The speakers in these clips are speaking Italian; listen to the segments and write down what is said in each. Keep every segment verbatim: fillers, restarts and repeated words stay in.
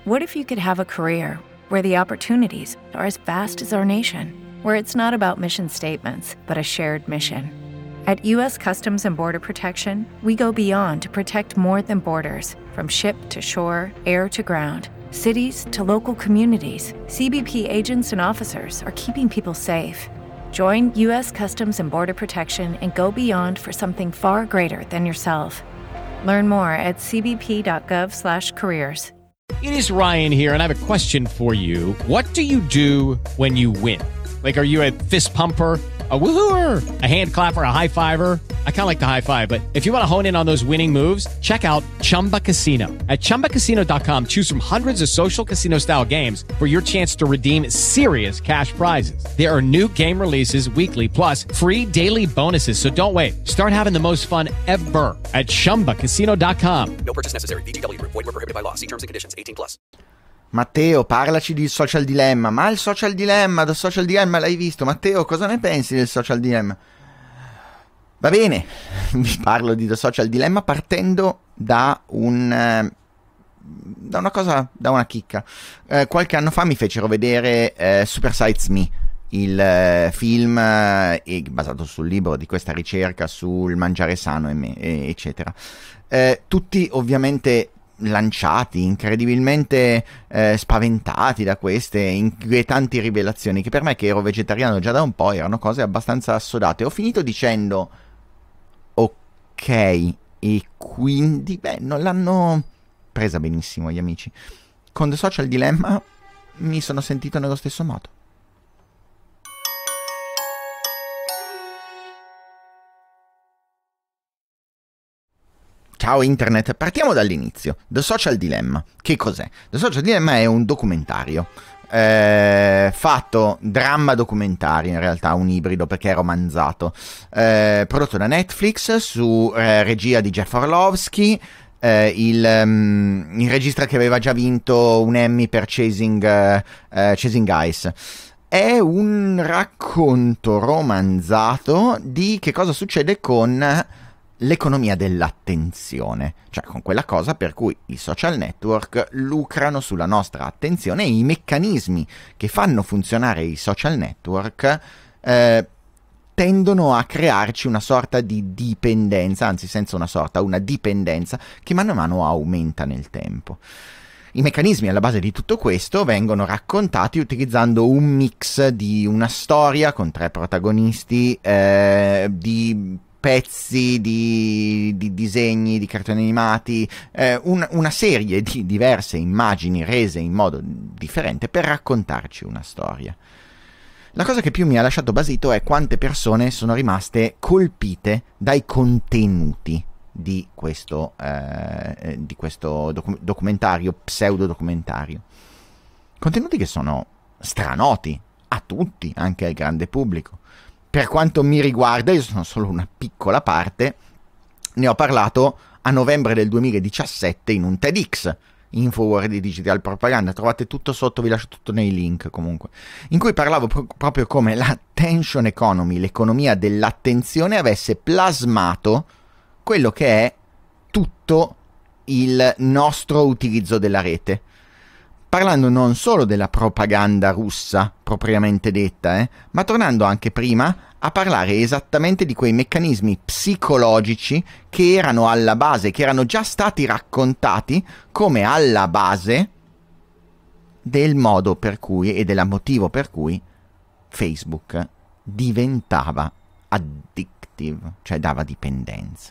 What if you could have a career where the opportunities are as vast as our nation, where it's not about mission statements, but a shared mission? At U S Customs and Border Protection, we go beyond to protect more than borders, from ship to shore, air to ground, cities to local communities. C B P agents and officers are keeping people safe. Join U S Customs and Border Protection and go beyond for something far greater than yourself. Learn more at c b p dot gov slash careers. It is Ryan here, and I have a question for you. What do you do when you win? Like, are you a fist pumper, a woohooer, a hand clapper, a high fiver? I kind of like the high five, but if you want to hone in on those winning moves, check out Chumba Casino. At chumba casino dot com, choose from hundreds of social casino style games for your chance to redeem serious cash prizes. There are new game releases weekly, plus free daily bonuses. So don't wait. Start having the most fun ever at chumba casino dot com. No purchase necessary. V G W Group. Void where prohibited by law. See terms and conditions. eighteen plus. Matteo, parlaci di Social Dilemma. Ma il Social Dilemma, The Social Dilemma l'hai visto? Matteo, cosa ne pensi del Social Dilemma? Va bene, vi parlo di The Social Dilemma partendo da un... Eh, da una cosa, da una chicca. Eh, qualche anno fa mi fecero vedere eh, Super Size Me, il eh, film eh, basato sul libro di questa ricerca sul mangiare sano, e me, e, eccetera. Eh, tutti ovviamente lanciati, incredibilmente eh, spaventati da queste inquietanti rivelazioni, che per me, che ero vegetariano già da un po', erano cose abbastanza assodate. Ho finito dicendo ok, e quindi beh, non l'hanno presa benissimo gli amici. Con The Social Dilemma mi sono sentito nello stesso modo. Ciao Internet, partiamo dall'inizio. The Social Dilemma, che cos'è? The Social Dilemma è un documentario eh, fatto, dramma documentario in realtà, un ibrido perché è romanzato, eh, prodotto da Netflix su eh, regia di Jeff Orlovsky, eh, il, um, il regista che aveva già vinto un Emmy per Chasing, uh, uh, Chasing Ice. È un racconto romanzato di che cosa succede con l'economia dell'attenzione, cioè con quella cosa per cui i social network lucrano sulla nostra attenzione, e i meccanismi che fanno funzionare i social network eh, tendono a crearci una sorta di dipendenza, anzi senza una sorta, una dipendenza che mano a mano aumenta nel tempo. I meccanismi alla base di tutto questo vengono raccontati utilizzando un mix di una storia con tre protagonisti, eh, di pezzi di, di disegni, di cartoni animati, eh, un, una serie di diverse immagini rese in modo differente per raccontarci una storia. La cosa che più mi ha lasciato basito è quante persone sono rimaste colpite dai contenuti di questo, eh, di questo docu- documentario, pseudo-documentario. Contenuti che sono stranoti a tutti, anche al grande pubblico. Per quanto mi riguarda, io sono solo una piccola parte, ne ho parlato a novembre del duemiladiciassette in un TEDx, Infowar di Digital Propaganda, trovate tutto sotto, vi lascio tutto nei link comunque, in cui parlavo pro- proprio come l'attention economy, l'economia dell'attenzione, avesse plasmato quello che è tutto il nostro utilizzo della rete. Parlando non solo della propaganda russa propriamente detta, eh, ma tornando anche prima a parlare esattamente di quei meccanismi psicologici che erano alla base, che erano già stati raccontati come alla base del modo per cui e del motivo per cui Facebook diventava addictive, cioè dava dipendenza.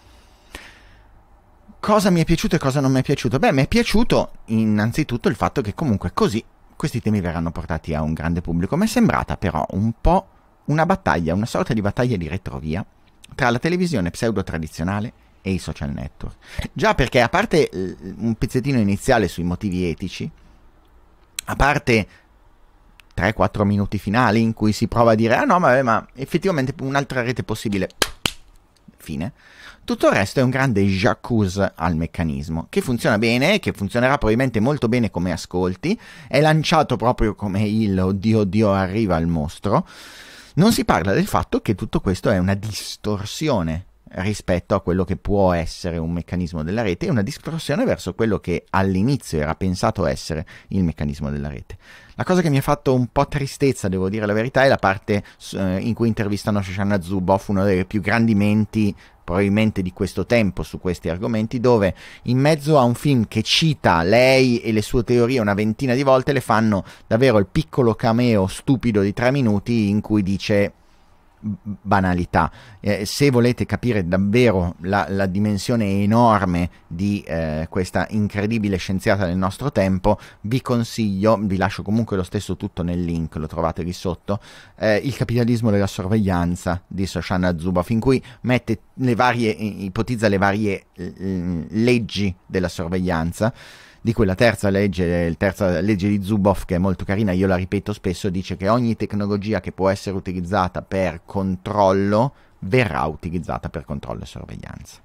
Cosa mi è piaciuto e cosa non mi è piaciuto? Beh, mi è piaciuto innanzitutto il fatto che comunque così questi temi verranno portati a un grande pubblico. Mi è sembrata però un po' una battaglia, una sorta di battaglia di retrovia tra la televisione pseudo-tradizionale e i social network. Già perché, a parte un pezzettino iniziale sui motivi etici, a parte tre quattro minuti finali in cui si prova a dire ah no, ma, ma effettivamente un'altra rete possibile, fine. Tutto il resto è un grande jacuzzi al meccanismo, che funziona bene, che funzionerà probabilmente molto bene come ascolti, è lanciato proprio come il oddio oddio arriva il mostro. Non si parla del fatto che tutto questo è una distorsione rispetto a quello che può essere un meccanismo della rete e una distorsione verso quello che all'inizio era pensato essere il meccanismo della rete. La cosa che mi ha fatto un po' tristezza, devo dire la verità, è la parte eh, in cui intervistano Shoshana Zuboff, uno dei più grandi menti probabilmente di questo tempo su questi argomenti, dove in mezzo a un film che cita lei e le sue teorie una ventina di volte le fanno davvero il piccolo cameo stupido di tre minuti in cui dice banalità. Eh, se volete capire davvero la, la dimensione enorme di eh, questa incredibile scienziata del nostro tempo, vi consiglio, vi lascio comunque lo stesso tutto nel link, lo trovate lì sotto, eh, Il capitalismo della sorveglianza di Shoshana Zuboff, in cui mette le varie, ipotizza le varie eh, leggi della sorveglianza. Di quella terza legge, il terza legge di Zuboff, che è molto carina, io la ripeto spesso, dice che ogni tecnologia che può essere utilizzata per controllo verrà utilizzata per controllo e sorveglianza.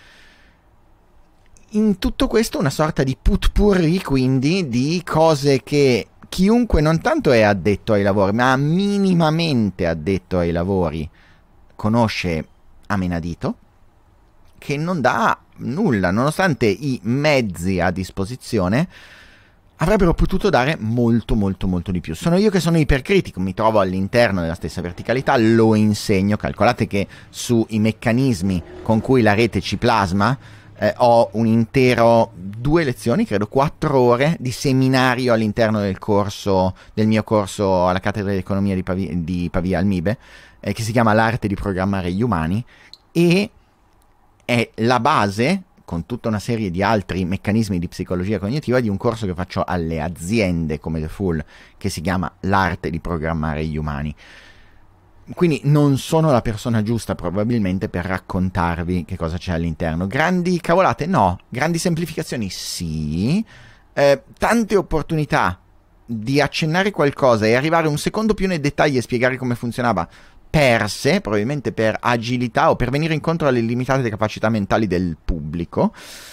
In tutto questo una sorta di putpurri, quindi, di cose che chiunque non tanto è addetto ai lavori, ma minimamente addetto ai lavori conosce a menadito, che non dà nulla, nonostante i mezzi a disposizione avrebbero potuto dare molto molto molto di più. Sono io che sono ipercritico, mi trovo all'interno della stessa verticalità, lo insegno. Calcolate che sui meccanismi con cui la rete ci plasma eh, ho un intero, due lezioni, credo quattro ore di seminario all'interno del corso, del mio corso alla cattedra di economia di Pavia, di Pavia al MIBE, eh, che si chiama L'arte di programmare gli umani, e è la base, con tutta una serie di altri meccanismi di psicologia cognitiva, di un corso che faccio alle aziende come The Fool, che si chiama L'arte di programmare gli umani. Quindi non sono la persona giusta probabilmente per raccontarvi che cosa c'è all'interno. Grandi cavolate? No. Grandi semplificazioni? Sì. Eh, tante opportunità di accennare qualcosa e arrivare un secondo più nei dettagli e spiegare come funzionava, perse, probabilmente per agilità o per venire incontro alle limitate capacità mentali del pubblico.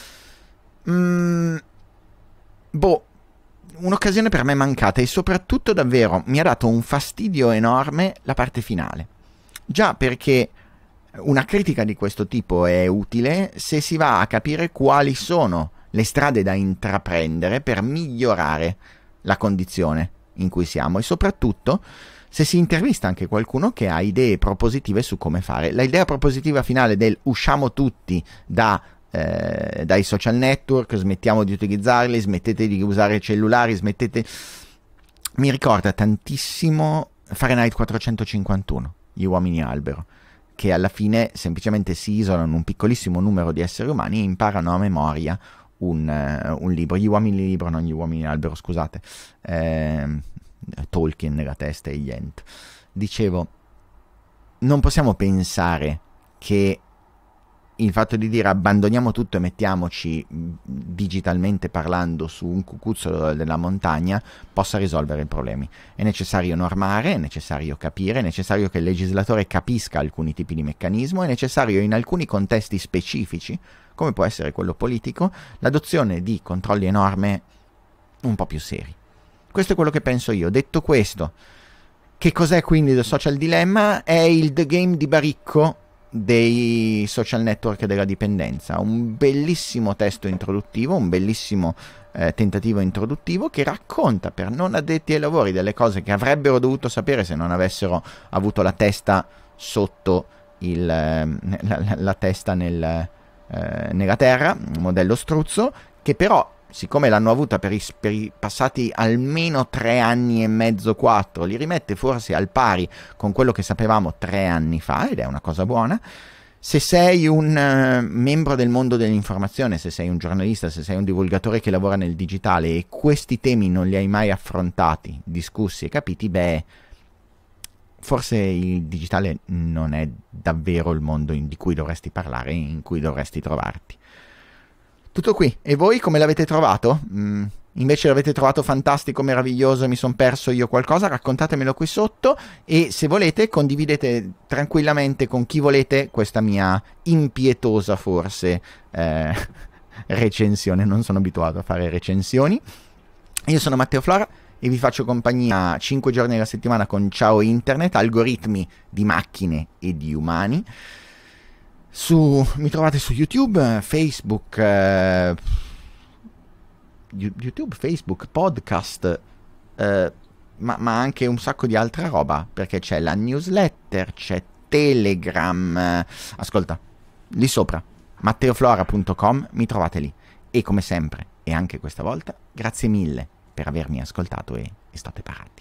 Mm, boh, un'occasione per me mancata, e soprattutto davvero mi ha dato un fastidio enorme la parte finale. Già perché una critica di questo tipo è utile se si va a capire quali sono le strade da intraprendere per migliorare la condizione in cui siamo, e soprattutto se si intervista anche qualcuno che ha idee propositive su come fare. La idea propositiva finale del usciamo tutti da, eh, dai social network, smettiamo di utilizzarli, smettete di usare i cellulari, smettete... mi ricorda tantissimo Fahrenheit quattrocentocinquantuno, Gli uomini albero, che alla fine semplicemente si isolano un piccolissimo numero di esseri umani e imparano a memoria un, uh, un libro. Gli uomini libro, non gli uomini albero, scusate. Eh... Tolkien nella testa e gli Ent. Dicevo, non possiamo pensare che il fatto di dire abbandoniamo tutto e mettiamoci digitalmente parlando su un cucuzzolo della montagna possa risolvere i problemi. È necessario normare, è necessario capire, è necessario che il legislatore capisca alcuni tipi di meccanismo, è necessario in alcuni contesti specifici, come può essere quello politico, l'adozione di controlli e norme un po' più seri. Questo è quello che penso io. Detto questo, che cos'è quindi The Social Dilemma? È il The Game di Baricco dei social network e della dipendenza. Un bellissimo testo introduttivo, un bellissimo eh, tentativo introduttivo che racconta per non addetti ai lavori delle cose che avrebbero dovuto sapere se non avessero avuto la testa sotto il, eh, la, la testa nel, eh, nella terra, un modello struzzo, che però, siccome l'hanno avuta per i, per i passati almeno tre anni e mezzo, quattro, li rimette forse al pari con quello che sapevamo tre anni fa, ed è una cosa buona. Se sei un uh, membro del mondo dell'informazione, se sei un giornalista, se sei un divulgatore che lavora nel digitale e questi temi non li hai mai affrontati, discussi e capiti, beh, forse il digitale non è davvero il mondo in, di cui dovresti parlare, in cui dovresti trovarti. Tutto qui. E voi come l'avete trovato? Mm, invece l'avete trovato fantastico, meraviglioso, mi son perso io qualcosa? Raccontatemelo qui sotto, e se volete condividete tranquillamente con chi volete questa mia impietosa forse eh, recensione. Non sono abituato a fare recensioni. Io sono Matteo Flora e vi faccio compagnia cinque giorni alla settimana con Ciao Internet, algoritmi di macchine e di umani. Su, mi trovate su YouTube, Facebook, eh, YouTube, Facebook, podcast, eh, ma, ma anche un sacco di altra roba, perché c'è la newsletter, c'è Telegram, eh, ascolta, lì sopra, matteoflora punto com, mi trovate lì. E come sempre, e anche questa volta, grazie mille per avermi ascoltato e, e state parati.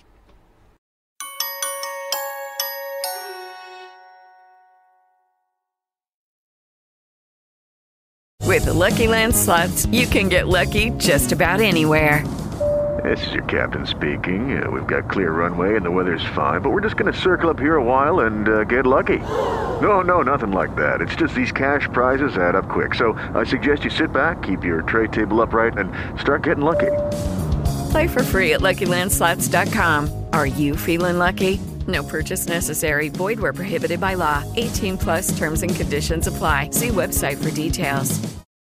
With the Lucky Land Slots, you can get lucky just about anywhere. This is your captain speaking. Uh, we've got clear runway and the weather's fine, but we're just going to circle up here a while and uh, get lucky. No, no, nothing like that. It's just these cash prizes add up quick. So I suggest you sit back, keep your tray table upright, and start getting lucky. Play for free at Lucky Land Slots dot com. Are you feeling lucky? No purchase necessary. Void where prohibited by law. eighteen plus terms and conditions apply. See website for details.